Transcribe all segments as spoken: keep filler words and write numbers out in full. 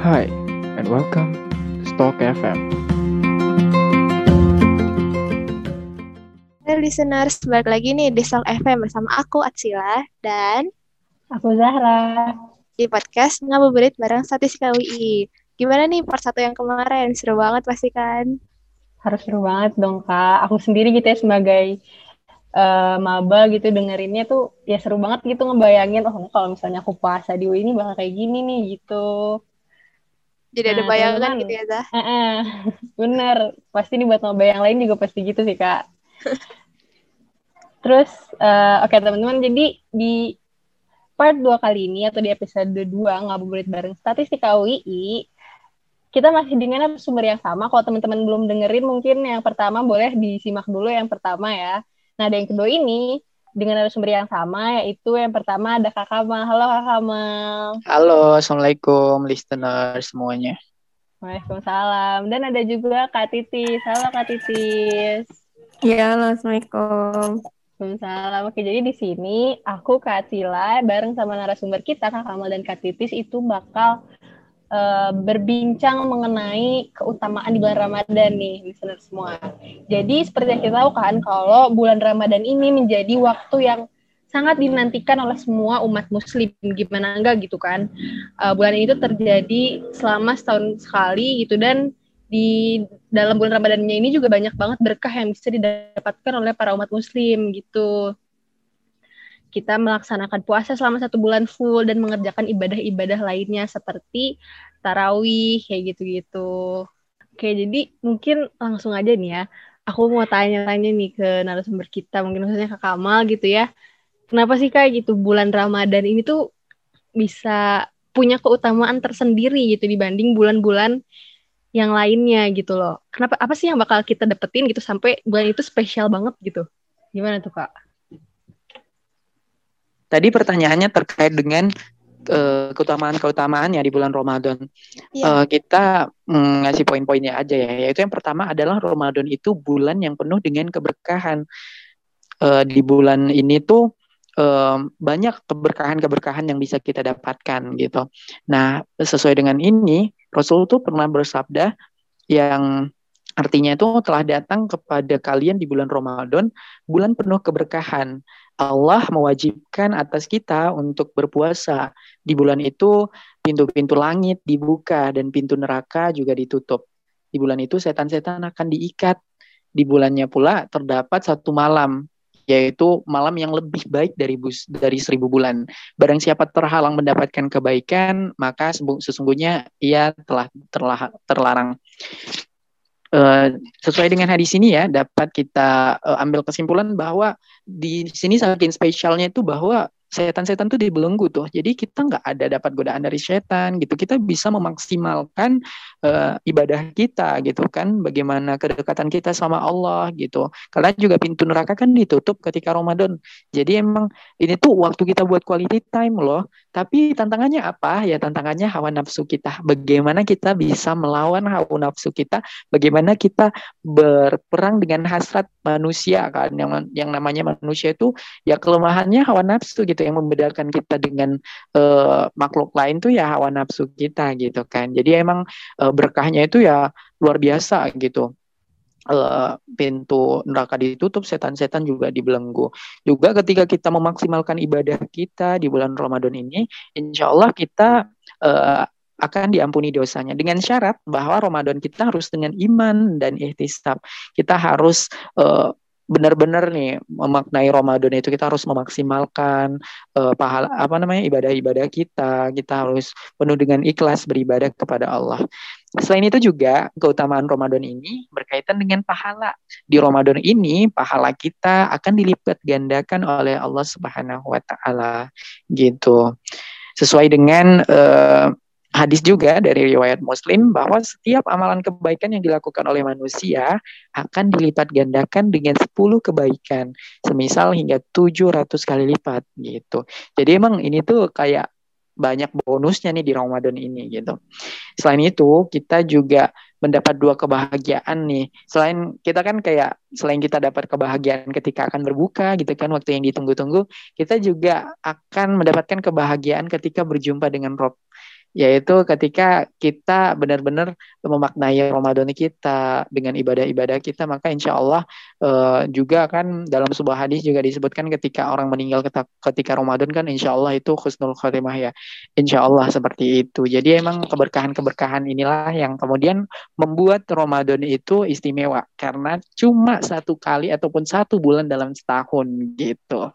Hi, and welcome to Stock F M. Hai listeners, balik lagi nih di Stock F M bersama aku Atsila dan Aku Zahra. di podcast Ngabuburit bareng Statistika U I. Gimana nih part satu yang kemarin? Seru banget pasti kan? Harus seru banget dong Kak. Aku sendiri gitu ya sebagai uh, maba gitu dengerinnya tuh ya seru banget gitu ngebayangin oh kalau misalnya aku puasa di U I ini bakal kayak gini nih gitu. Jadi ada Nah bayangan teman-teman, gitu ya, Zah? uh-uh, bener. Pasti nih buat maba yang lain juga pasti gitu sih Kak. Terus uh, oke okay, teman-teman, jadi di part dua kali ini atau di episode dua Ngabuburit bareng Statistika U I, kita masih dengan sumber yang sama. Kalau teman-teman belum dengerin, mungkin yang pertama boleh disimak dulu yang pertama ya. Nah, ada yang kedua ini dengan sumber yang sama, yaitu yang pertama ada Kak Kamal. Halo Kak Kamal. Halo, Assalamualaikum listener semuanya. Waalaikumsalam. Dan ada juga Kak Titis. Halo Kak Titis. Ya, halo, Assalamualaikum. Waalaikumsalam. Oke, jadi di sini aku Kak Cila bareng sama narasumber kita Kak Kamal dan Kak Titis itu bakal Uh, berbincang mengenai keutamaan di bulan Ramadan nih, listener semua. Jadi seperti yang kita tahu kan, kalau bulan Ramadan ini menjadi waktu yang sangat dinantikan oleh semua umat muslim, gimana enggak gitu kan. Uh, bulan ini tuh terjadi selama setahun sekali gitu, dan di dalam bulan Ramadannya ini juga banyak banget berkah yang bisa didapatkan oleh para umat muslim gitu. Kita melaksanakan puasa selama satu bulan full dan mengerjakan ibadah-ibadah lainnya seperti tarawih, kayak gitu-gitu. Oke, jadi mungkin langsung aja nih ya. Aku mau tanya-tanya nih ke narasumber kita, mungkin khususnya Kak Kamal gitu ya. Kenapa sih Kak gitu bulan Ramadan ini tuh bisa punya keutamaan tersendiri gitu dibanding bulan-bulan yang lainnya gitu loh. Kenapa, apa sih yang bakal kita dapetin gitu sampai bulan itu spesial banget gitu? Gimana tuh Kak? Tadi pertanyaannya terkait dengan uh, keutamaan-keutamaannya di bulan Ramadan. Iya. Uh, kita mm, ngasih poin-poinnya aja ya. Yaitu yang pertama adalah Ramadan itu bulan yang penuh dengan keberkahan. Uh, di bulan ini tuh uh, banyak keberkahan-keberkahan yang bisa kita dapatkan gitu. Nah, sesuai dengan ini, Rasul tuh pernah bersabda yang artinya itu telah datang kepada kalian di bulan Ramadan, bulan penuh keberkahan. Allah mewajibkan atas kita untuk berpuasa. Di bulan itu pintu-pintu langit dibuka dan pintu neraka juga ditutup. Di bulan itu setan-setan akan diikat. Di bulannya pula terdapat satu malam, yaitu malam yang lebih baik dari bus, dari seribu bulan. Barang siapa terhalang mendapatkan kebaikan, maka sesungguhnya ia telah terlah, terlarang. Uh, sesuai dengan hadis ini ya, dapat kita uh, ambil kesimpulan bahwa di sini saking spesialnya itu bahwa setan-setan tuh dibelenggu tuh. Jadi kita nggak ada dapat godaan dari setan gitu. Kita bisa memaksimalkan uh, ibadah kita gitu kan. Bagaimana kedekatan kita sama Allah gitu. Karena juga pintu neraka kan ditutup ketika Ramadan. Jadi emang ini tuh waktu kita buat quality time loh. Tapi tantangannya apa? Ya tantangannya hawa nafsu kita. Bagaimana kita bisa melawan hawa nafsu kita? Bagaimana kita berperang dengan hasrat manusia kan? Yang yang namanya manusia itu ya kelemahannya hawa nafsu gitu, yang membedakan kita dengan uh, makhluk lain tuh ya hawa nafsu kita gitu kan. Jadi emang uh, berkahnya itu ya luar biasa gitu. Uh, pintu neraka ditutup, setan-setan juga dibelenggu. Juga ketika kita memaksimalkan ibadah kita di bulan Ramadan ini, insya Allah kita uh, akan diampuni dosanya dengan syarat bahwa Ramadan kita harus dengan iman dan ihtisab. Kita harus uh, benar-benar nih memaknai Ramadan itu kita harus memaksimalkan uh, pahala apa namanya ibadah-ibadah kita. Kita harus penuh dengan ikhlas beribadah kepada Allah. Selain itu juga keutamaan Ramadan ini berkaitan dengan pahala. Di Ramadan ini pahala kita akan dilipat gandakan oleh Allah Subhanahu wa taala gitu. Sesuai dengan uh, hadis juga dari riwayat Muslim bahwa setiap amalan kebaikan yang dilakukan oleh manusia akan dilipat gandakan dengan sepuluh kebaikan, semisal hingga tujuh ratus kali lipat gitu. Jadi emang ini tuh kayak banyak bonusnya nih di Ramadan ini gitu. Selain itu, kita juga mendapat dua kebahagiaan nih. Selain kita kan kayak selain kita dapat kebahagiaan ketika akan berbuka gitu kan, waktu yang ditunggu-tunggu, kita juga akan mendapatkan kebahagiaan ketika berjumpa dengan Rob. yaitu ketika kita benar-benar memaknai Ramadan kita dengan ibadah-ibadah kita, maka insya Allah uh, juga kan dalam sebuah hadis juga disebutkan ketika orang meninggal ketika, ketika Ramadan kan insya Allah itu husnul khotimah ya, insya Allah seperti itu. Jadi emang keberkahan-keberkahan inilah yang kemudian membuat Ramadan itu istimewa karena cuma satu kali ataupun satu bulan dalam setahun gitu.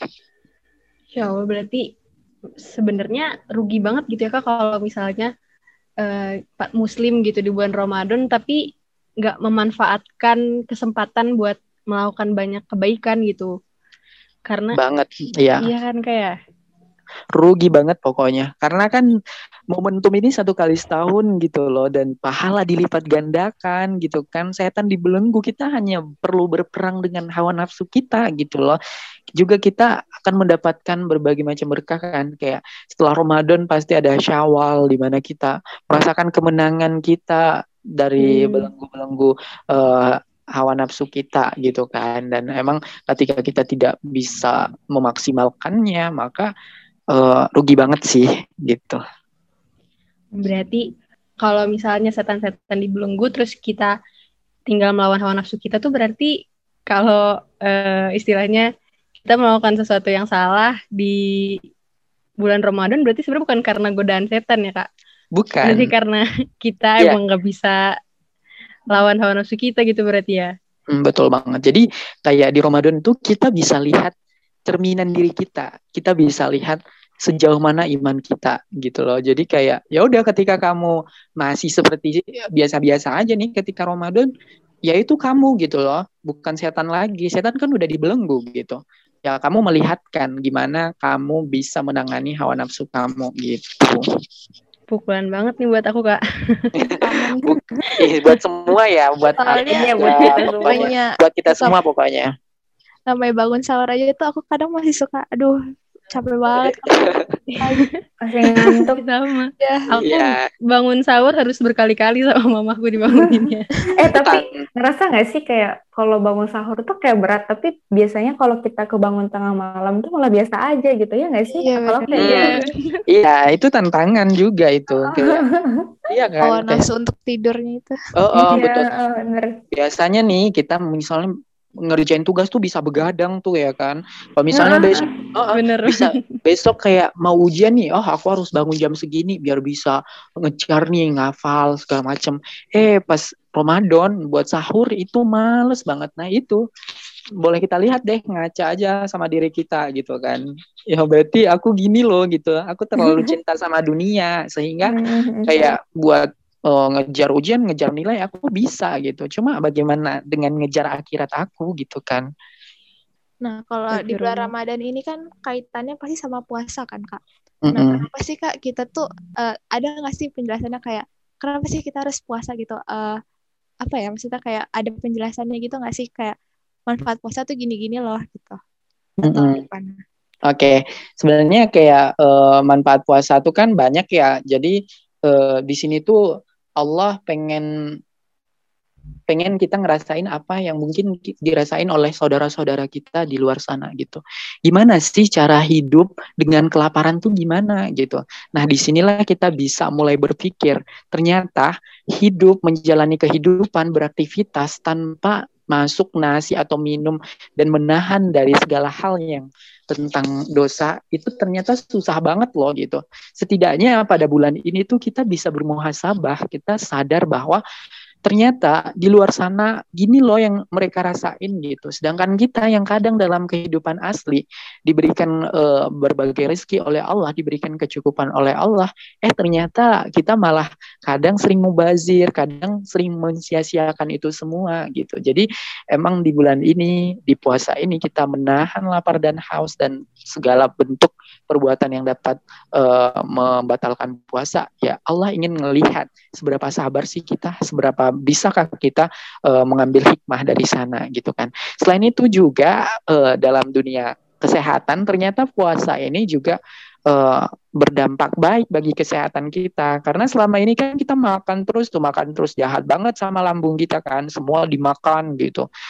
Ya Allah, berarti sebenarnya rugi banget gitu ya Kak kalau misalnya uh, Muslim gitu di bulan Ramadan tapi nggak memanfaatkan kesempatan buat melakukan banyak kebaikan gitu. Karena banget, iya. Iya kan kayak rugi banget pokoknya. Karena kan momentum ini satu kali setahun gitu loh, dan pahala dilipat gandakan gitu kan. Setan dibelenggu, kita hanya perlu berperang dengan hawa nafsu kita gitu loh. Juga kita akan mendapatkan berbagai macam berkah kan. Kayak setelah Ramadan pasti ada Syawal di mana kita merasakan kemenangan kita dari hmm. belenggu-belenggu uh, hawa nafsu kita gitu kan. Dan emang ketika kita tidak bisa memaksimalkannya, maka Uh, rugi banget sih gitu. Berarti kalau misalnya setan-setan dibelenggu terus kita tinggal melawan hawa nafsu kita tuh berarti kalau uh, istilahnya kita melakukan sesuatu yang salah di bulan Ramadan berarti sebenarnya bukan karena godaan setan ya Kak? Bukan. Berarti karena kita yeah. emang gak bisa lawan hawa nafsu kita gitu berarti ya? Hmm, betul banget. Jadi kayak di Ramadan tuh kita bisa lihat cerminan diri kita, kita bisa lihat sejauh mana iman kita gitu loh. Jadi kayak ya udah ketika kamu masih seperti biasa-biasa aja nih ketika Ramadan, ya itu kamu gitu loh, bukan setan lagi. Setan kan udah dibelenggu gitu. Ya kamu melihatkan gimana kamu bisa menangani hawa nafsu kamu gitu. Pukulan banget nih buat aku Kak. eh, buat semua ya, buat Soalnya, ya, buat kita semuanya. Buat kita semua pokoknya. Sampai bangun sahur aja itu aku kadang masih suka, aduh capek banget. Masih ngantuk. Sama. Ya. Aku ya. bangun sahur harus berkali-kali sama mamaku dibanguninnya. eh tapi ngerasa gak sih kayak kalau bangun sahur tuh kayak berat, tapi biasanya kalau kita kebangun tengah malam tuh malah biasa aja gitu ya gak sih? Iya, kalau kayak iya. Iya, itu tantangan juga itu. Kayak, iya kan? Oh, nafsu untuk tidurnya itu. Oh, oh iya, betul. Oh, bener. Biasanya nih kita misalnya ngerjain tugas tuh bisa begadang tuh ya kan. Kalau misalnya uh, besok uh, bener. bisa besok kayak mau ujian nih, oh aku harus bangun jam segini biar bisa ngejar nih, ngafal segala macem. Eh pas Ramadan buat sahur itu males banget. Nah itu boleh kita lihat deh, ngaca aja sama diri kita gitu kan. Ya berarti aku gini loh gitu. Aku terlalu cinta sama dunia sehingga kayak buat Oh, ngejar ujian, ngejar nilai aku bisa gitu. Cuma bagaimana dengan ngejar akhirat aku gitu kan. Nah, kalau di bulan Ramadan ini kan kaitannya pasti sama puasa kan, Kak? Mm-mm. Nah, kenapa sih Kak kita tuh uh, ada nggak sih penjelasannya kayak kenapa sih kita harus puasa gitu? Uh, apa ya, maksudnya kayak ada penjelasannya gitu nggak sih kayak manfaat puasa tuh gini-gini loh gitu? Atau gimana? Oke, okay. Sebenarnya kayak uh, manfaat puasa tuh kan banyak ya. Jadi uh, di sini tuh Allah pengen pengen kita ngerasain apa yang mungkin dirasain oleh saudara-saudara kita di luar sana gitu. Gimana sih cara hidup dengan kelaparan tuh gimana gitu. Nah disinilah kita bisa mulai berpikir ternyata hidup, menjalani kehidupan, beraktivitas tanpa masuk nasi atau minum dan menahan dari segala hal yang tentang dosa itu ternyata susah banget loh gitu. Setidaknya pada bulan ini tuh kita bisa bermuhasabah, kita sadar bahwa ternyata di luar sana gini loh yang mereka rasain gitu. Sedangkan kita yang kadang dalam kehidupan asli diberikan uh, berbagai rezeki oleh Allah, diberikan kecukupan oleh Allah, eh ternyata kita malah kadang sering mubazir, kadang sering mensia-siakan itu semua gitu. Jadi emang di bulan ini, di puasa ini kita menahan lapar dan haus dan segala bentuk perbuatan yang dapat uh, membatalkan puasa. Ya Allah ingin melihat seberapa sabar sih kita, seberapa bisakah kita uh, mengambil hikmah dari sana gitu kan. Selain itu juga uh, dalam dunia kesehatan ternyata puasa ini juga uh, berdampak baik bagi kesehatan kita. Karena selama ini kan kita makan terus tuh, makan terus jahat banget sama lambung kita kan, semua dimakan gitu.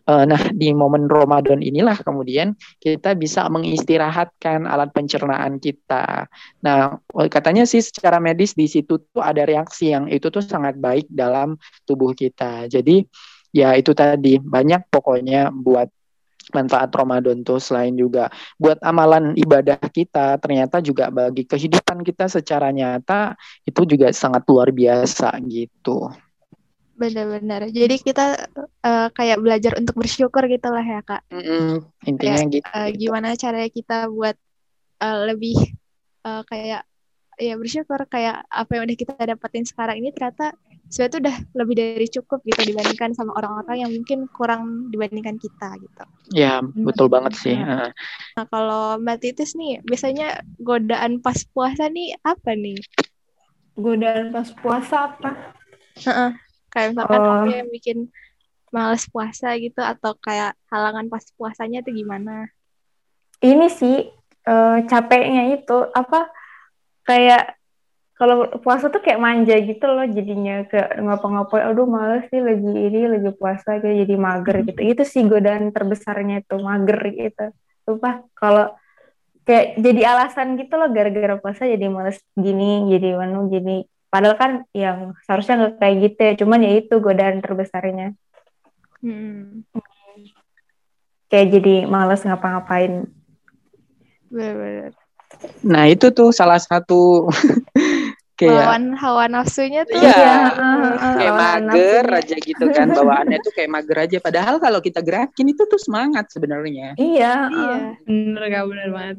Uh, nah, di momen Ramadan inilah kemudian kita bisa mengistirahatkan alat pencernaan kita. Nah, katanya sih secara medis di situ tuh ada reaksi yang itu tuh sangat baik dalam tubuh kita. Jadi ya itu tadi banyak pokoknya buat manfaat Ramadan tuh, selain juga buat amalan ibadah kita, ternyata juga bagi kehidupan kita secara nyata itu juga sangat luar biasa gitu. Benar-benar. Jadi kita uh, kayak belajar untuk bersyukur gitu lah ya Kak. Mm-mm, intinya Kayak gitu. uh, gimana caranya kita buat uh, lebih uh, kayak ya bersyukur, kayak apa yang udah kita dapetin sekarang ini ternyata sebenarnya udah lebih dari cukup gitu dibandingkan sama orang-orang yang mungkin kurang dibandingkan kita gitu. Ya, betul banget sih. Nah, nah kalau Mbak Titis nih, biasanya godaan pas puasa nih apa nih? Godaan pas puasa apa? Uh-uh. Kayak misalkan Oh. apa yang bikin males puasa gitu, atau kayak halangan pas puasanya tuh gimana? Ini sih uh, capeknya itu apa, kayak kalau puasa tuh kayak manja gitu loh jadinya, kayak ngapa-ngapain aduh males sih lagi ini lagi puasa kayak jadi mager gitu. Itu sih godaan terbesarnya itu, mager gitu. Lupa kalau kayak jadi alasan gitu loh, gara-gara puasa jadi males gini, jadi manu gini. Padahal kan yang seharusnya nggak kayak gitu ya, cuman ya itu godaan terbesarnya. Hmm. Kayak jadi males ngapa-ngapain. Bener-bener. Nah itu tuh salah satu kayak Melawan hawa nafsunya tuh. iya, uh, uh, kayak lawan mager nafsunya. aja gitu kan, bawaannya tuh kayak mager aja. Padahal kalau kita gerakin itu tuh semangat sebenarnya. Iya, Iya. uh. Bener Kak, bener banget.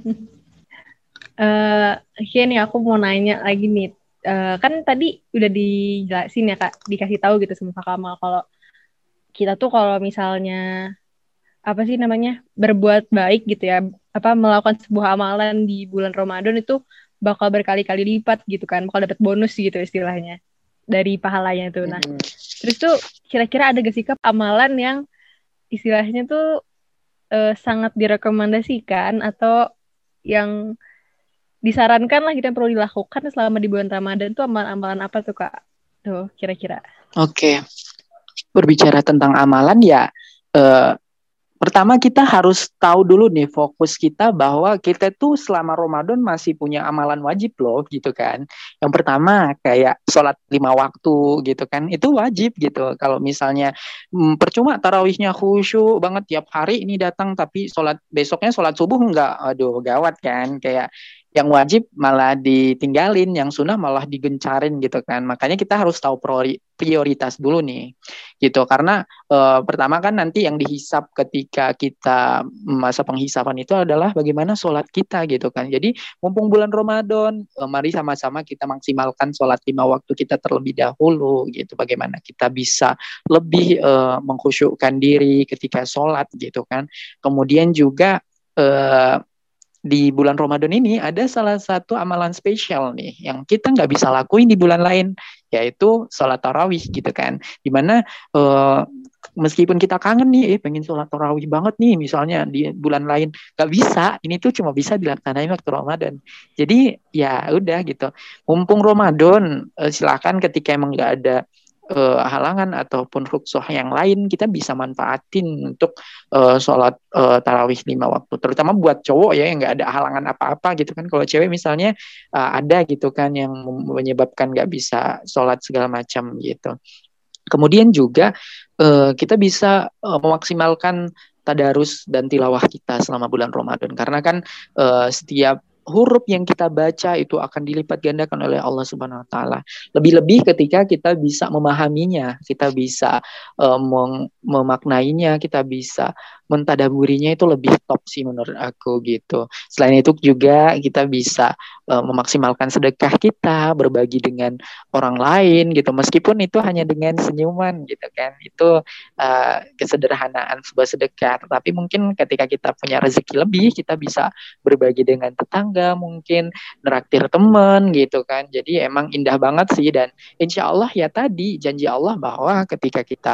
uh, Oke nih aku mau nanya lagi nih. Uh, kan tadi udah dijelasin ya Kak, dikasih tahu gitu sama Kak Kamal kalau kita tuh kalau misalnya apa sih namanya berbuat baik gitu ya, apa melakukan sebuah amalan di bulan Ramadan itu bakal berkali-kali lipat gitu kan, bakal dapat bonus gitu istilahnya dari pahalanya tuh. Nah, Hmm. terus tuh kira-kira ada gak sih Kak amalan yang istilahnya tuh uh, sangat direkomendasikan atau yang disarankan lah gitu yang perlu dilakukan selama di bulan Ramadan tuh amalan-amalan apa tuh Kak? Tuh kira-kira. Oke, berbicara tentang amalan ya, eh, pertama kita harus tahu dulu nih fokus kita bahwa kita tuh selama Ramadan masih punya amalan wajib loh gitu kan. Yang pertama kayak sholat lima waktu gitu kan, itu wajib gitu. Kalau misalnya hmm, percuma tarawihnya khusyuk banget tiap hari ini datang tapi sholat besoknya sholat subuh enggak, aduh gawat kan. Kayak yang wajib malah ditinggalin, yang sunnah malah digencarin gitu kan. Makanya kita harus tahu prioritas dulu nih gitu, karena Uh, pertama kan nanti yang dihisap ketika kita masa penghisapan itu adalah bagaimana sholat kita gitu kan. Jadi mumpung bulan Ramadan, uh, mari sama-sama kita maksimalkan sholat lima waktu kita terlebih dahulu gitu. Bagaimana kita bisa lebih uh, mengkhusyukkan diri ketika sholat gitu kan. Kemudian juga uh, di bulan Ramadan ini ada salah satu amalan spesial nih yang kita nggak bisa lakuin di bulan lain, yaitu sholat tarawih gitu kan. Dimana uh, meskipun kita kangen nih, eh pengen sholat tarawih banget nih misalnya di bulan lain, nggak bisa. Ini tuh cuma bisa dilaksanain waktu Ramadan. Jadi ya udah gitu. Mumpung Ramadan, uh, silakan ketika emang nggak ada Uh, halangan ataupun rukhsah yang lain, kita bisa manfaatin untuk uh, sholat uh, tarawih lima waktu, terutama buat cowok ya yang nggak ada halangan apa-apa gitu kan. Kalau cewek misalnya uh, ada gitu kan yang menyebabkan nggak bisa sholat segala macam gitu. Kemudian juga uh, kita bisa uh, memaksimalkan tadarus dan tilawah kita selama bulan Ramadan, karena kan uh, setiap huruf yang kita baca itu akan dilipat gandakan oleh Allah Subhanahu wa taala. Lebih-lebih ketika kita bisa memahaminya, kita bisa uh, mem- memaknainya, kita bisa mentadaburinya, itu lebih top sih menurut aku gitu. Selain itu juga kita bisa uh, memaksimalkan sedekah kita, berbagi dengan orang lain gitu, meskipun itu hanya dengan senyuman gitu kan. Itu uh, kesederhanaan sebuah sedekah. Tapi mungkin ketika kita punya rezeki lebih, kita bisa berbagi dengan tetangga, mungkin neraktir teman gitu kan. Jadi emang indah banget sih, dan insya Allah ya tadi janji Allah bahwa ketika kita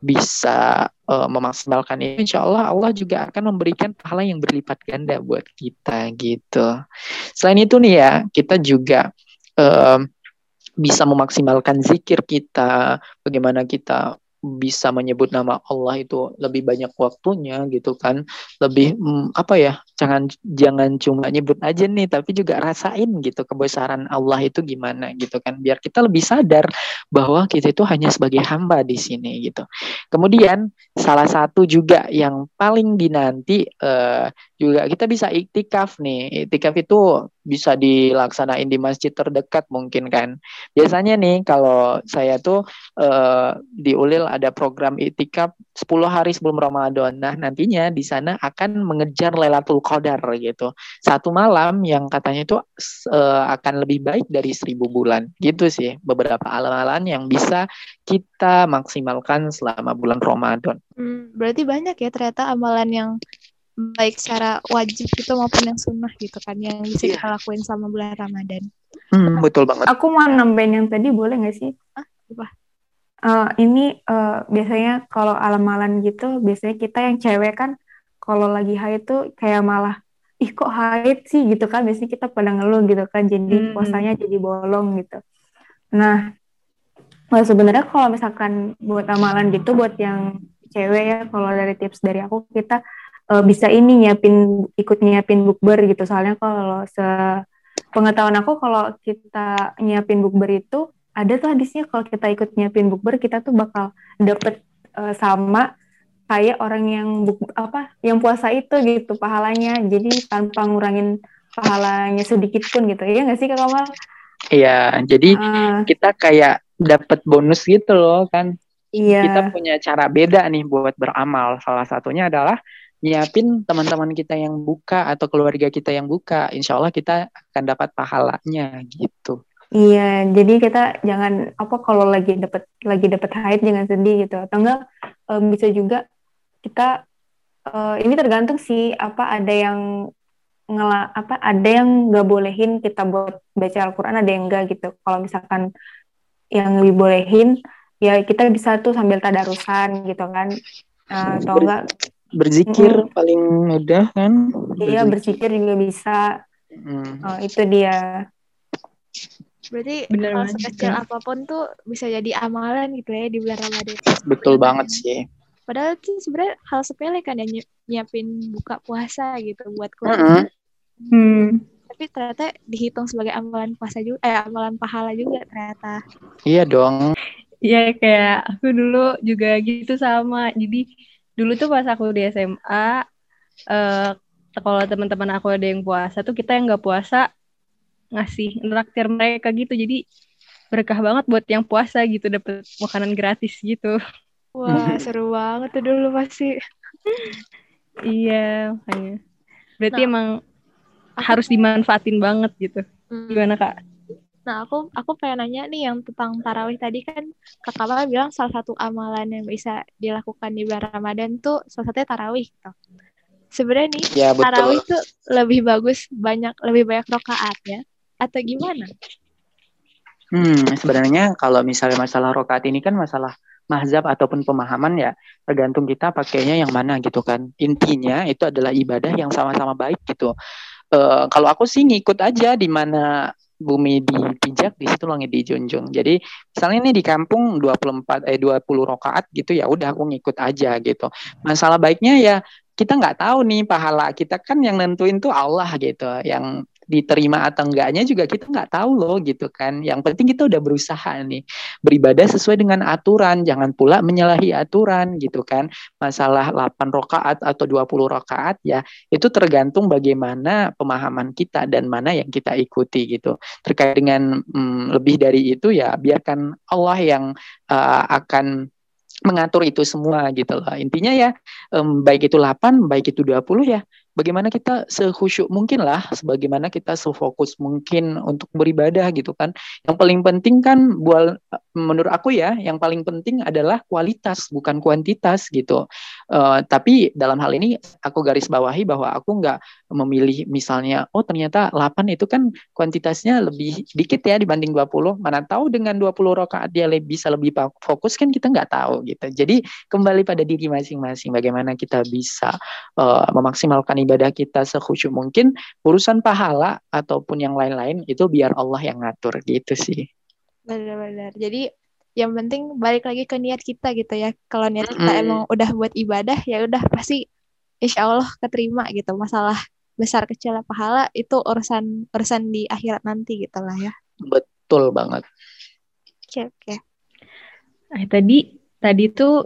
bisa uh, memaksimalkan itu, insya Allah Allah juga akan memberikan pahala yang berlipat ganda buat kita gitu. Selain itu nih ya, kita juga uh, bisa memaksimalkan zikir kita, bagaimana kita bisa menyebut nama Allah itu lebih banyak waktunya gitu kan, lebih hmm, apa ya, jangan jangan cuma nyebut aja nih, tapi juga rasain gitu kebesaran Allah itu gimana gitu kan, biar kita lebih sadar bahwa kita itu hanya sebagai hamba di sini gitu. Kemudian salah satu juga yang paling dinanti uh, juga kita bisa iktikaf nih. Iktikaf itu bisa dilaksanain di masjid terdekat mungkin kan. Biasanya nih kalau saya tuh uh, di U L I L ada program iktikaf sepuluh hari sebelum Ramadan. Nah, nantinya di sana akan mengejar Lailatul Qadar gitu. Satu malam yang katanya itu uh, akan lebih baik dari seribu bulan. Gitu sih beberapa amalan yang bisa kita maksimalkan selama bulan Ramadan. Hmm, berarti banyak ya ternyata amalan yang baik secara wajib gitu maupun yang sunnah gitu kan yang bisa Iya. kita lakuin selama bulan Ramadan. Hmm, betul banget. Aku mau nambahin yang tadi, boleh nggak sih? Ah, apa? Uh, ini uh, biasanya kalau amalan gitu, biasanya kita yang cewek kan kalau lagi haid tuh kayak malah, ih kok haid sih gitu kan, biasanya kita pada ngeluh gitu kan, jadi Hmm. puasanya jadi bolong gitu. Nah, nah sebenarnya kalau misalkan buat amalan gitu, buat yang cewek ya, kalau dari tips dari aku, kita uh, bisa ini nyiapin, ikut nyiapin bukber gitu. Soalnya kalau se pengetahuan aku, kalau kita nyiapin bukber itu, ada tuh hadisnya kalau kita ikut nyiapin bukber, kita tuh bakal dapet uh, sama kayak orang yang buk, apa yang puasa itu gitu pahalanya. Jadi tanpa ngurangin pahalanya sedikit pun gitu. Iya nggak sih Kak Kamal? Iya, jadi Uh, kita kayak dapat bonus gitu loh kan. iya. Kita punya cara beda nih buat beramal. Salah satunya adalah nyiapin teman-teman kita yang buka atau keluarga kita yang buka. Insya Allah kita akan dapat pahalanya gitu. Iya, jadi kita jangan apa kalau lagi dapat lagi dapat haid jangan sedih gitu. Atau enggak um, bisa juga kita uh, ini tergantung sih, apa ada yang ngela apa ada yang nggak bolehin kita buat baca Al-Quran, ada yang enggak gitu. Kalau misalkan yang dibolehin ya kita bisa tuh sambil tadarusan gitu kan. Uh, atau Ber- enggak berzikir mm, paling mudah kan. iya berzikir juga bisa. Hmm. Uh, itu dia. Berarti Bener hal banget. sekecil apapun tuh bisa jadi amalan gitu ya di bulan Ramadan. Betul Ya, banget kan? sih. Padahal itu sebenarnya hal sepele kan ya nyi- nyiapin buka puasa gitu buat Mm-mm. keluarga. Hmm. Tapi ternyata dihitung sebagai amalan puasa juga, eh amalan pahala juga ternyata. Iya dong. Iya, kayak aku dulu juga gitu sama. Jadi dulu tuh pas aku di S M A, eh, kalau teman-teman aku ada yang puasa tuh kita yang nggak puasa ngasih nraktir mereka gitu. Jadi berkah banget buat yang puasa gitu, dapet makanan gratis gitu. Wah, seru banget tuh dulu pasti. Iya, makanya. Berarti Nah, emang aku harus dimanfaatin banget gitu. Hmm. Gimana Kak? Nah, aku aku pengen nanya nih yang tentang tarawih tadi kan Kak Kamal bilang salah satu amalan yang bisa dilakukan di bulan Ramadan tuh salah satunya tarawih gitu. Sebenarnya nih Ya betul. tarawih tuh lebih bagus banyak lebih banyak rakaatnya atau gimana? Hmm, sebenarnya kalau misalnya masalah rokaat ini kan masalah mazhab ataupun pemahaman ya, tergantung kita pakainya yang mana gitu kan. Intinya itu adalah ibadah yang sama-sama baik gitu. Uh, kalau aku sih ngikut aja di mana bumi dipijak di situ langit dijunjung. Jadi misalnya nih di kampung dua puluh empat eh dua puluh rakaat gitu ya udah aku ngikut aja gitu. Masalah baiknya ya kita nggak tahu nih pahala kita kan yang nentuin tuh Allah gitu. Yang diterima atau enggaknya juga kita nggak tahu loh gitu kan. Yang penting kita udah berusaha nih beribadah sesuai dengan aturan, jangan pula menyalahi aturan gitu kan. Masalah delapan rakaat atau dua puluh rakaat ya itu tergantung bagaimana pemahaman kita dan mana yang kita ikuti gitu. Terkait dengan hmm, lebih dari itu ya biarkan Allah yang uh, akan mengatur itu semua gitu loh. Intinya ya um, baik itu delapan, baik itu dua puluh ya bagaimana kita sekhusyuk mungkin lah, sebagaimana kita sefokus mungkin untuk beribadah gitu kan. Yang paling penting kan buat menurut aku ya, yang paling penting adalah kualitas bukan kuantitas gitu. Uh, tapi dalam hal ini aku garis bawahi bahwa aku nggak memilih misalnya, oh ternyata delapan itu kan kuantitasnya lebih dikit ya dibanding dua puluh. Mana tahu dengan dua puluh rakaat dia lebih, bisa lebih fokus kan kita nggak tahu gitu. Jadi kembali pada diri masing-masing bagaimana kita bisa uh, memaksimalkan ibadah kita sekhusyuk mungkin. Urusan pahala ataupun yang lain-lain itu biar Allah yang ngatur gitu sih. Benar-benar. Jadi yang penting balik lagi ke niat kita gitu ya. Kalau niat kita Mm-mm. emang udah buat ibadah, ya udah pasti insya Allah keterima gitu. Masalah besar kecil pahala itu urusan urusan di akhirat nanti gitu lah ya. Betul banget. Oke, oke. Eh, tadi tadi tuh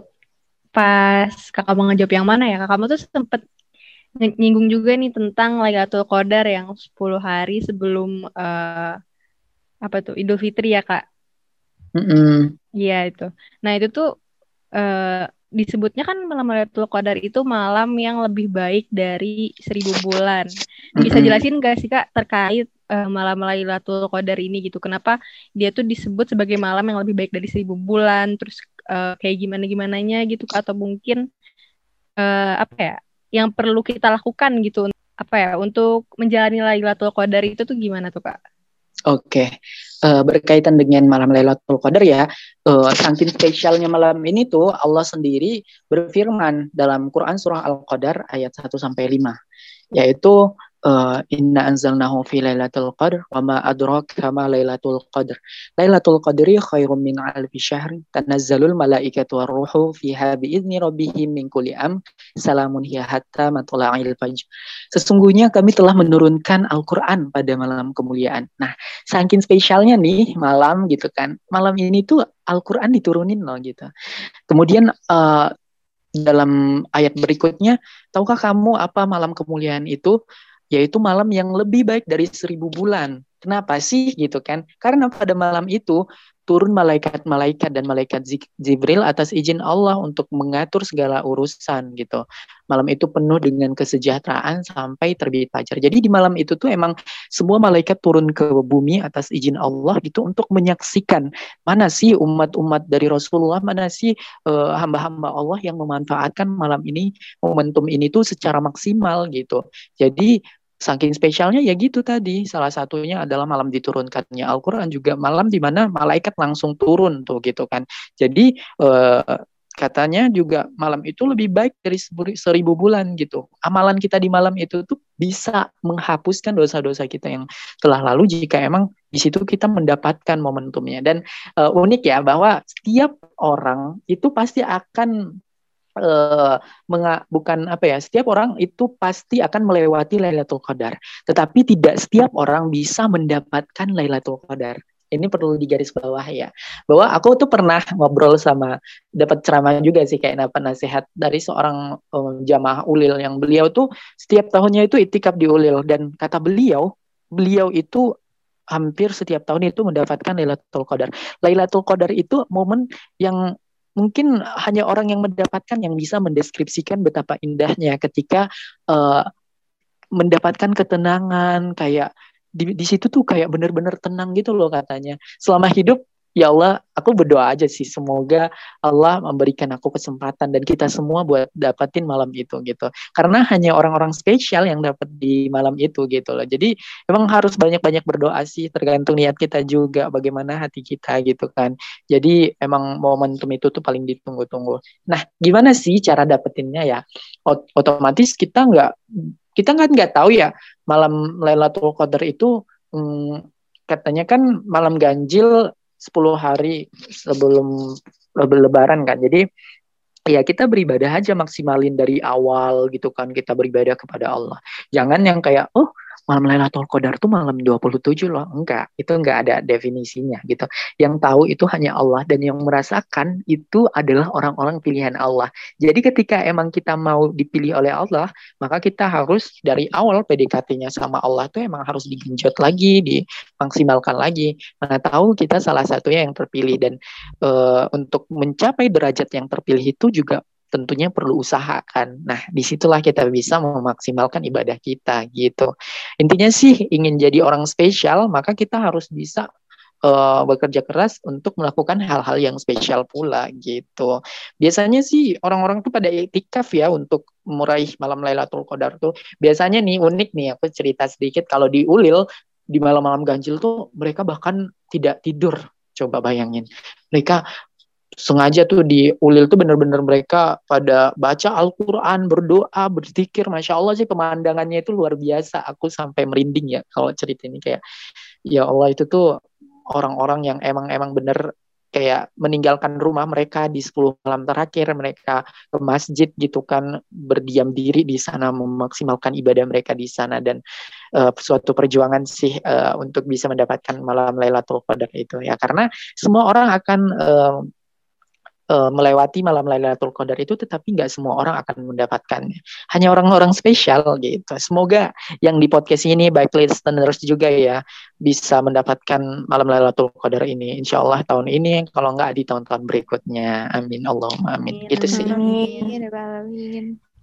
pas kakak mau ngejawab yang mana ya? Kakak tuh sempet ny- nyinggung juga nih tentang Lailatul Qadar yang sepuluh hari sebelum eh, apa tuh Idul Fitri ya Kak? Mm-mm. Iya itu. Nah itu tuh eh, disebutnya kan malam Lailatul Qadar itu malam yang lebih baik dari seribu bulan. Bisa Mm-mm. jelasin gak sih Kak terkait eh, malam Lailatul Qadar ini gitu? Kenapa dia tuh disebut sebagai malam yang lebih baik dari seribu bulan? Terus eh, kayak gimana gimananya gitu Kak? Atau mungkin eh, apa ya yang perlu kita lakukan gitu? Apa ya untuk menjalani Lailatul Qadar itu tuh gimana tuh Kak? Oke, Eh, berkaitan dengan malam Lailatul Qadar ya, eh, saking spesialnya malam ini tuh Allah sendiri berfirman dalam Quran surah Al-Qadar ayat satu sampai lima, yaitu eh, inna anzalnahu fi lailatul qadr wa ma adraka ma lailatul qadr. Lailatul qadri khairum min alfi syahr tanazzalul malaikatu warruhu fiha biizni rabbihim min kulli am salamun hiya hatta matla'il fajr. Sesungguhnya kami telah menurunkan Al-Qur'an pada malam kemuliaan. Nah, saking spesialnya nih malam gitu kan. Malam ini tuh Al-Qur'an diturunin loh gitu. Kemudian eh, dalam ayat berikutnya, tahukah kamu apa malam kemuliaan itu? Yaitu malam yang lebih baik dari seribu bulan. Kenapa sih gitu kan? Karena pada malam itu turun malaikat-malaikat dan malaikat Jibril atas izin Allah untuk mengatur segala urusan gitu. Malam itu penuh dengan kesejahteraan sampai terbit fajar. Jadi di malam itu tuh emang semua malaikat turun ke bumi atas izin Allah gitu untuk menyaksikan mana sih umat-umat dari Rasulullah, mana sih uh, hamba-hamba Allah yang memanfaatkan malam ini, momentum ini tuh secara maksimal gitu. Jadi saking spesialnya ya gitu tadi, salah satunya adalah malam diturunkannya Al-Quran, juga malam di mana malaikat langsung turun tuh gitu kan. Jadi uh, katanya juga malam itu lebih baik dari seribu bulan gitu. Amalan kita di malam itu tuh bisa menghapuskan dosa-dosa kita yang telah lalu jika emang di situ kita mendapatkan momentumnya. Dan uh, unik ya bahwa setiap orang itu pasti akan uh, menga- bukan apa ya, setiap orang itu pasti akan melewati Lailatul Qadar, tetapi tidak setiap orang bisa mendapatkan Lailatul Qadar. Ini perlu digaris bawah ya, bahwa aku tuh pernah ngobrol sama, dapat ceramah juga sih kayak apa nasihat dari seorang um, jamaah Ulil yang beliau tuh setiap tahunnya itu itikaf di Ulil, dan kata beliau, beliau itu hampir setiap tahun itu mendapatkan Lailatul Qadar. Lailatul Qadar itu momen yang mungkin hanya orang yang mendapatkan yang bisa mendeskripsikan betapa indahnya ketika uh, mendapatkan ketenangan, kayak di, di situ tuh kayak bener-bener tenang gitu loh katanya. Selama hidup, ya Allah, aku berdoa aja sih semoga Allah memberikan aku kesempatan dan kita semua buat dapatin malam itu gitu. Karena hanya orang-orang spesial yang dapat di malam itu gitu loh. Jadi emang harus banyak-banyak berdoa sih, tergantung niat kita juga, bagaimana hati kita gitu kan. Jadi emang momentum itu tuh paling ditunggu-tunggu. Nah, gimana sih cara dapetinnya ya? Ot- otomatis kita nggak kita kan nggak tahu ya malam Lailatul Qadar itu hmm, katanya kan malam ganjil sepuluh hari sebelum lebaran kan. Jadi ya kita beribadah aja, maksimalin dari awal gitu kan, kita beribadah kepada Allah. Jangan yang kayak oh malam Lailatul Qadar tuh malam dua puluh tujuh loh. Enggak, itu enggak ada definisinya gitu. Yang tahu itu hanya Allah, dan yang merasakan itu adalah orang-orang pilihan Allah. Jadi ketika emang kita mau dipilih oleh Allah, maka kita harus dari awal P D K T-nya sama Allah tuh emang harus digenjot lagi, dimaksimalkan lagi. Mana tahu kita salah satunya yang terpilih. Dan uh, untuk mencapai derajat yang terpilih itu juga tentunya perlu usaha kan. Nah, disitulah kita bisa memaksimalkan ibadah kita gitu. Intinya sih ingin jadi orang spesial, maka kita harus bisa uh, bekerja keras untuk melakukan hal-hal yang spesial pula gitu. Biasanya sih orang-orang tuh pada iktikaf ya untuk meraih malam Lailatul Qadar tuh. Biasanya nih unik nih, aku cerita sedikit, kalau di Ulil di malam-malam ganjil tuh mereka bahkan tidak tidur. Coba bayangin. Mereka sengaja tuh di Ulil tuh bener-bener mereka pada baca Al-Quran, berdoa, berzikir. Masya Allah sih pemandangannya itu luar biasa. Aku sampai merinding ya kalau cerita ini, kayak ya Allah itu tuh orang-orang yang emang-emang bener kayak meninggalkan rumah mereka di sepuluh malam terakhir, mereka ke masjid gitu kan, berdiam diri di sana, memaksimalkan ibadah mereka di sana, dan uh, suatu perjuangan sih uh, untuk bisa mendapatkan malam Lailatul Qadar itu ya, karena semua orang akan uh, uh, melewati malam Lailatul Qadar itu, tetapi nggak semua orang akan mendapatkannya. Hanya orang-orang spesial gitu. Semoga yang di podcast ini, baik listeners juga ya, bisa mendapatkan malam Lailatul Qadar ini. Insya Allah tahun ini, kalau nggak di tahun-tahun berikutnya. Amin. Allahumma amin. Amin. Gitu sih. Amin. Ya Rabbal Alamin.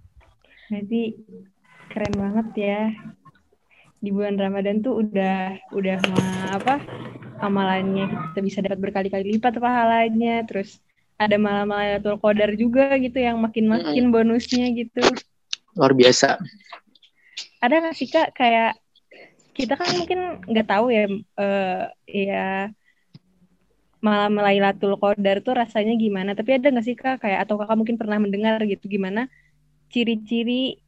Jadi keren banget ya. Di bulan Ramadan tuh udah udah ma- apa amalannya kita bisa dapat berkali-kali lipat pahalanya. Terus ada malam Lailatul Qadar juga gitu yang makin-makin bonusnya gitu. Luar biasa. Ada nggak sih Kak kayak kita kan mungkin nggak tahu ya uh, ya malam Lailatul Qadar tuh rasanya gimana, tapi ada nggak sih Kak kayak, atau Kakak mungkin pernah mendengar gitu gimana ciri-ciri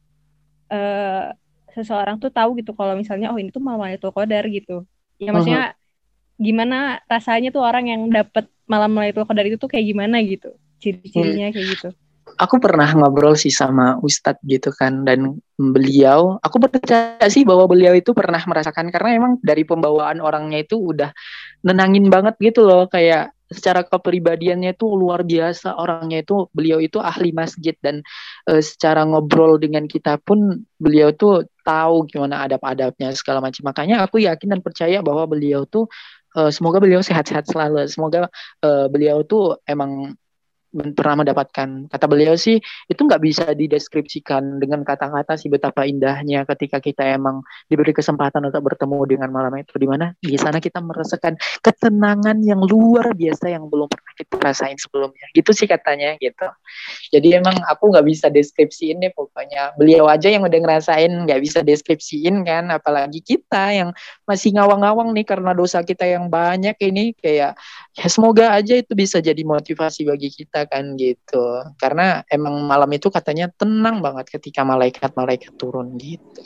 uh, seseorang tuh tahu gitu kalau misalnya oh ini tuh malam Lailatul Qadar gitu. Ya maksudnya uh-huh. gimana rasanya tuh orang yang dapat malam Lailatul Qadar itu tuh kayak gimana gitu, ciri-cirinya hmm. kayak gitu. Aku pernah ngobrol sih sama Ustadz gitu kan, dan beliau, aku percaya sih bahwa beliau itu pernah merasakan, karena emang dari pembawaan orangnya itu udah nenangin banget gitu loh, kayak secara kepribadiannya itu luar biasa orangnya itu, beliau itu ahli masjid, dan e, secara ngobrol dengan kita pun beliau tuh tahu gimana adab-adabnya segala macam. Makanya aku yakin dan percaya bahwa beliau tuh e, semoga beliau sehat-sehat selalu, semoga e, beliau tuh emang pernah mendapatkan, kata beliau sih itu nggak bisa dideskripsikan dengan kata-kata sih betapa indahnya ketika kita emang diberi kesempatan untuk bertemu dengan malam itu, di mana di sana kita merasakan ketenangan yang luar biasa yang belum pernah kita rasain sebelumnya, gitu sih katanya gitu. Jadi emang aku nggak bisa deskripsiin deh, pokoknya beliau aja yang udah ngerasain nggak bisa deskripsiin kan, apalagi kita yang masih ngawang-ngawang nih karena dosa kita yang banyak ini, kayak ya semoga aja itu bisa jadi motivasi bagi kita kan gitu, karena emang malam itu katanya tenang banget ketika malaikat-malaikat turun gitu.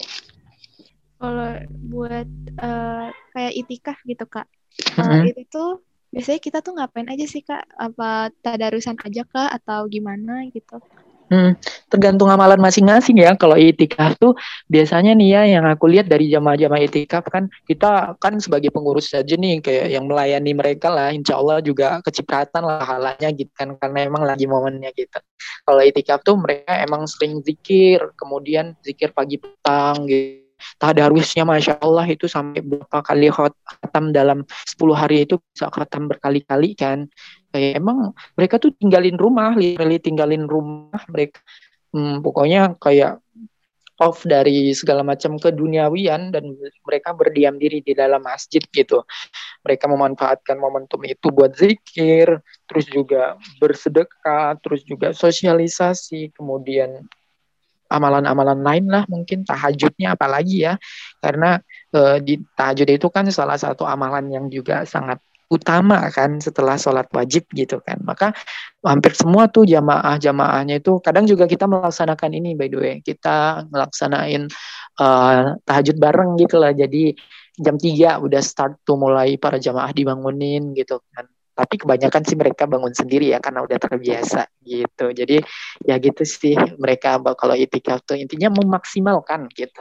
Kalau buat uh, kayak itikaf gitu Kak, uh, mm-hmm. itu tuh biasanya kita tuh ngapain aja sih Kak? Apa tadarusan aja Kak atau gimana gitu? Hmm, tergantung amalan masing-masing ya. Kalau itikaf tuh biasanya nih ya, yang aku lihat dari jamaah-jamaah itikaf kan, kita kan sebagai pengurus saja nih, kayak yang melayani mereka lah, insya Allah juga kecipratan lah halanya gitu kan, karena emang lagi momennya gitu. Kalau itikaf tuh mereka emang sering zikir, kemudian zikir pagi petang gitu. Tadarusnya Masya Allah itu sampai berapa kali khatam dalam sepuluh hari itu, bisa khatam berkali-kali kan. Kayak emang mereka tuh tinggalin rumah, literally tinggalin rumah mereka. Hmm, pokoknya kayak off dari segala macam keduniawian, dan mereka berdiam diri di dalam masjid gitu. Mereka memanfaatkan momentum itu buat zikir, terus juga bersedekah, terus juga sosialisasi, kemudian amalan-amalan lain lah, mungkin tahajudnya apalagi ya, karena eh, di tahajud itu kan salah satu amalan yang juga sangat utama kan setelah sholat wajib gitu kan. Maka hampir semua tuh jamaah-jamaahnya itu, kadang juga kita melaksanakan ini by the way, kita melaksanain uh, tahajud bareng gitu lah. Jadi jam tiga udah start tuh mulai para jamaah dibangunin gitu kan. Tapi kebanyakan sih mereka bangun sendiri ya, karena udah terbiasa gitu. Jadi ya gitu sih mereka kalau itikaf tuh intinya memaksimalkan gitu.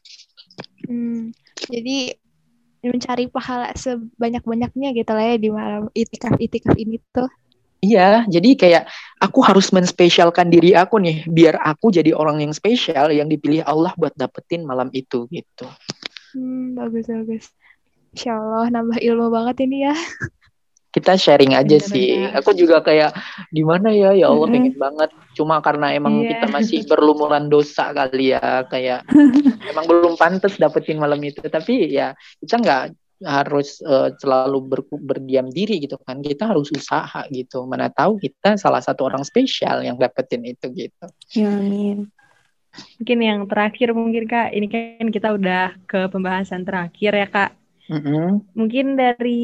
Hmm, jadi mencari pahala sebanyak-banyaknya gitu lah ya di malam itikaf-itikaf ini tuh. Iya, jadi kayak aku harus menspesialkan diri aku nih, biar aku jadi orang yang spesial yang dipilih Allah buat dapetin malam itu gitu. Hmm, bagus-bagus. Insya Allah nambah ilmu banget ini ya. Kita sharing aja bener, sih. Bener. Aku juga kayak gimana ya, ya Allah mm-hmm. pengen banget. Cuma karena emang yeah. kita masih berlumuran dosa kali ya, kayak emang belum pantas dapetin malam itu. Tapi ya kita nggak harus uh, selalu ber, berdiam diri gitu kan. Kita harus usaha gitu. Mana tahu kita salah satu orang spesial yang dapetin itu gitu. Ya, amin. Mungkin yang terakhir mungkin Kak, ini kan kita udah ke pembahasan terakhir ya Kak. Mm-hmm. Mungkin dari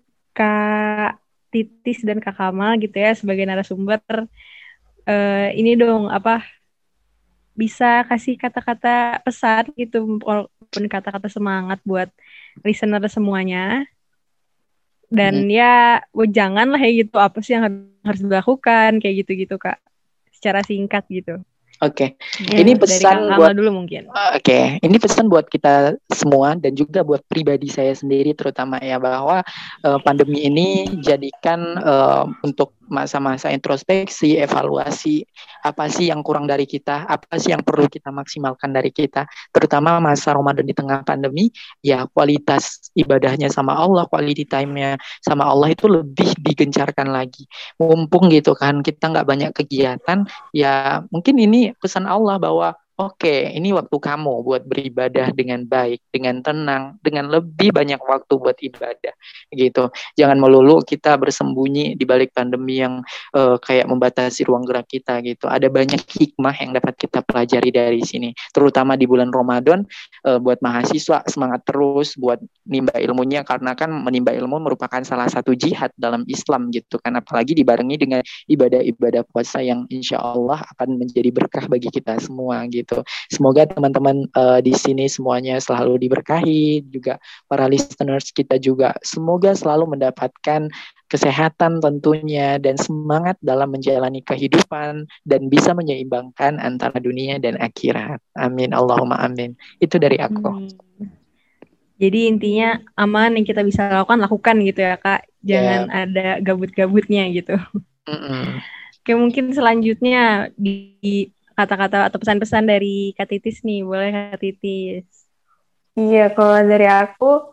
Kak Titis dan Kak Kamal gitu ya sebagai narasumber, uh, ini dong apa bisa kasih kata-kata pesan gitu, walaupun kata-kata semangat buat listener semuanya Dan hmm. ya oh, janganlah ya gitu, apa sih yang harus dilakukan kayak gitu-gitu Kak, secara singkat gitu. Oke, okay. Ya, ini pesan buat dulu mungkin. Oke, okay. ini pesan buat kita semua dan juga buat pribadi saya sendiri terutama ya, bahwa uh, pandemi ini jadikan uh, untuk masa-masa introspeksi, evaluasi, apa sih yang kurang dari kita, apa sih yang perlu kita maksimalkan dari kita, terutama masa Ramadan di tengah pandemi, ya kualitas ibadahnya sama Allah, quality time-nya sama Allah itu lebih digencarkan lagi. Mumpung gitu kan, kita nggak banyak kegiatan, ya mungkin ini pesan Allah bahwa oke, okay, ini waktu kamu buat beribadah dengan baik, dengan tenang, dengan lebih banyak waktu buat ibadah, gitu. Jangan melulu kita bersembunyi di balik pandemi yang uh, kayak membatasi ruang gerak kita, gitu. Ada banyak hikmah yang dapat kita pelajari dari sini, terutama di bulan Ramadan. Uh, buat mahasiswa semangat terus buat nimba ilmunya, karena kan menimba ilmu merupakan salah satu jihad dalam Islam, gitu kan. Apalagi dibarengi dengan ibadah-ibadah puasa yang insya Allah akan menjadi berkah bagi kita semua, gitu. Semoga teman-teman uh, di sini semuanya selalu diberkahi, juga para listeners kita juga semoga selalu mendapatkan kesehatan tentunya dan semangat dalam menjalani kehidupan dan bisa menyeimbangkan antara dunia dan akhirat. Amin, Allahumma amin. Itu dari aku. Hmm. Jadi intinya aman yang kita bisa lakukan lakukan gitu ya Kak. Jangan yeah. ada gabut-gabutnya gitu. Mm-mm. Oke, mungkin selanjutnya di kata-kata atau pesan-pesan dari Kak Titis nih, boleh Kak Titis? Iya, kalau dari aku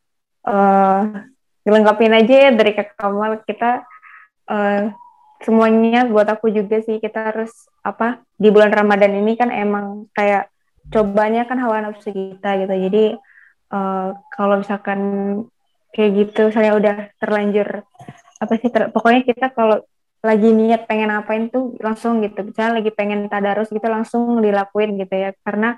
uh, dilengkapin aja ya dari Kak Kamal, kita uh, semuanya buat aku juga sih, kita harus apa di bulan Ramadan ini kan emang kayak cobanya kan hawa nafsu kita gitu. Jadi uh, kalau misalkan kayak gitu, misalnya udah terlanjur apa sih, ter, pokoknya kita kalau lagi niat pengen ngapain tuh langsung gitu, misalnya lagi pengen tadarus gitu langsung dilakuin gitu ya, karena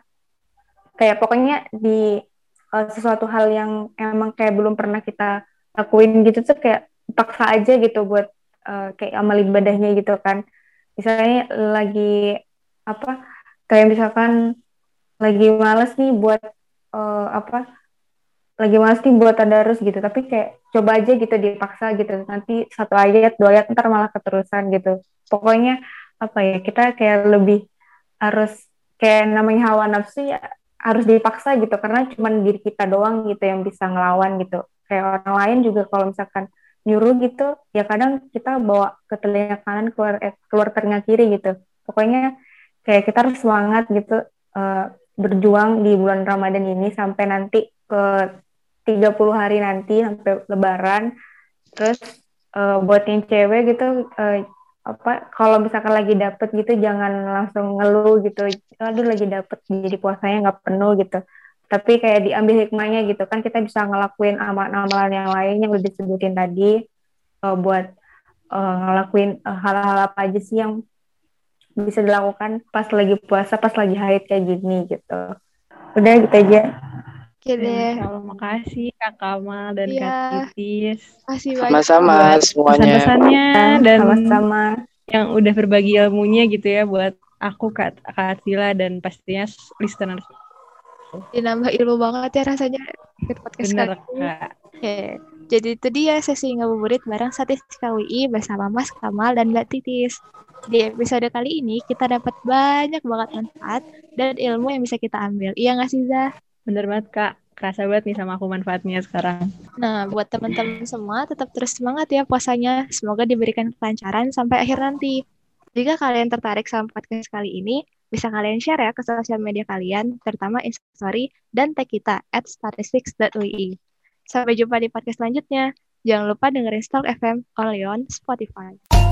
kayak pokoknya di uh, sesuatu hal yang emang kayak belum pernah kita lakuin gitu tuh kayak paksa aja gitu buat uh, kayak amal ibadahnya gitu kan. Misalnya lagi apa kayak misalkan lagi malas nih buat uh, apa lagi malas nih buat tadarus gitu, tapi kayak coba aja gitu dipaksa gitu, nanti satu ayat dua ayat ntar malah keterusan gitu. Pokoknya apa ya, kita kayak lebih harus kayak namanya hawa nafsu ya harus dipaksa gitu, karena cuman diri kita doang gitu yang bisa ngelawan gitu. Kayak orang lain juga kalau misalkan nyuruh gitu ya kadang kita bawa ke telinga kanan keluar eh, keluar telinga kiri gitu. Pokoknya kayak kita harus semangat gitu uh, berjuang di bulan Ramadan ini sampai nanti ke tiga puluh hari nanti sampai lebaran. Terus uh, buat yang cewek gitu uh, apa kalau misalkan lagi dapet gitu jangan langsung ngeluh gitu, aduh lagi dapet jadi puasanya nggak penuh gitu, tapi kayak diambil hikmahnya gitu kan, kita bisa ngelakuin amalan-amalan yang lain yang udah disebutin tadi, uh, buat uh, ngelakuin uh, hal-hal apa aja sih yang bisa dilakukan pas lagi puasa, pas lagi haid kayak gini gitu. Udah gitu aja. Oke deh. Kalau makasih Kak Kamal dan ya. Kak Titis. Sama-sama semuanya. Pesan-pesannya dan sama-sama yang udah berbagi ilmunya gitu ya buat aku Kak Kak Atila dan pastinya listeners. Dinambah ilmu banget ya rasanya podcast Bener, kali. Oke. Jadi itu dia sesi ngabuburit bareng Statistik K W I bersama Mas Kamal dan Mbak Titis. Di episode kali ini kita dapat banyak banget manfaat dan ilmu yang bisa kita ambil. Iya nggak sih, Zah? Bener banget, Kak. Kerasa banget nih sama aku manfaatnya sekarang. Nah, buat teman-teman semua, tetap terus semangat ya puasanya. Semoga diberikan kelancaran sampai akhir nanti. Jika kalian tertarik sama podcast kali ini, bisa kalian share ya ke sosial media kalian, terutama Instastory dan tag kita at statistics dot w i. Sampai jumpa di podcast selanjutnya. Jangan lupa dengerin Stalk F M only on Spotify.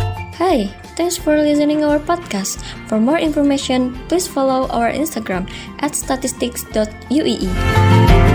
Hi, thanks for listening our podcast. For more information, please follow our Instagram at statistics dot u i i.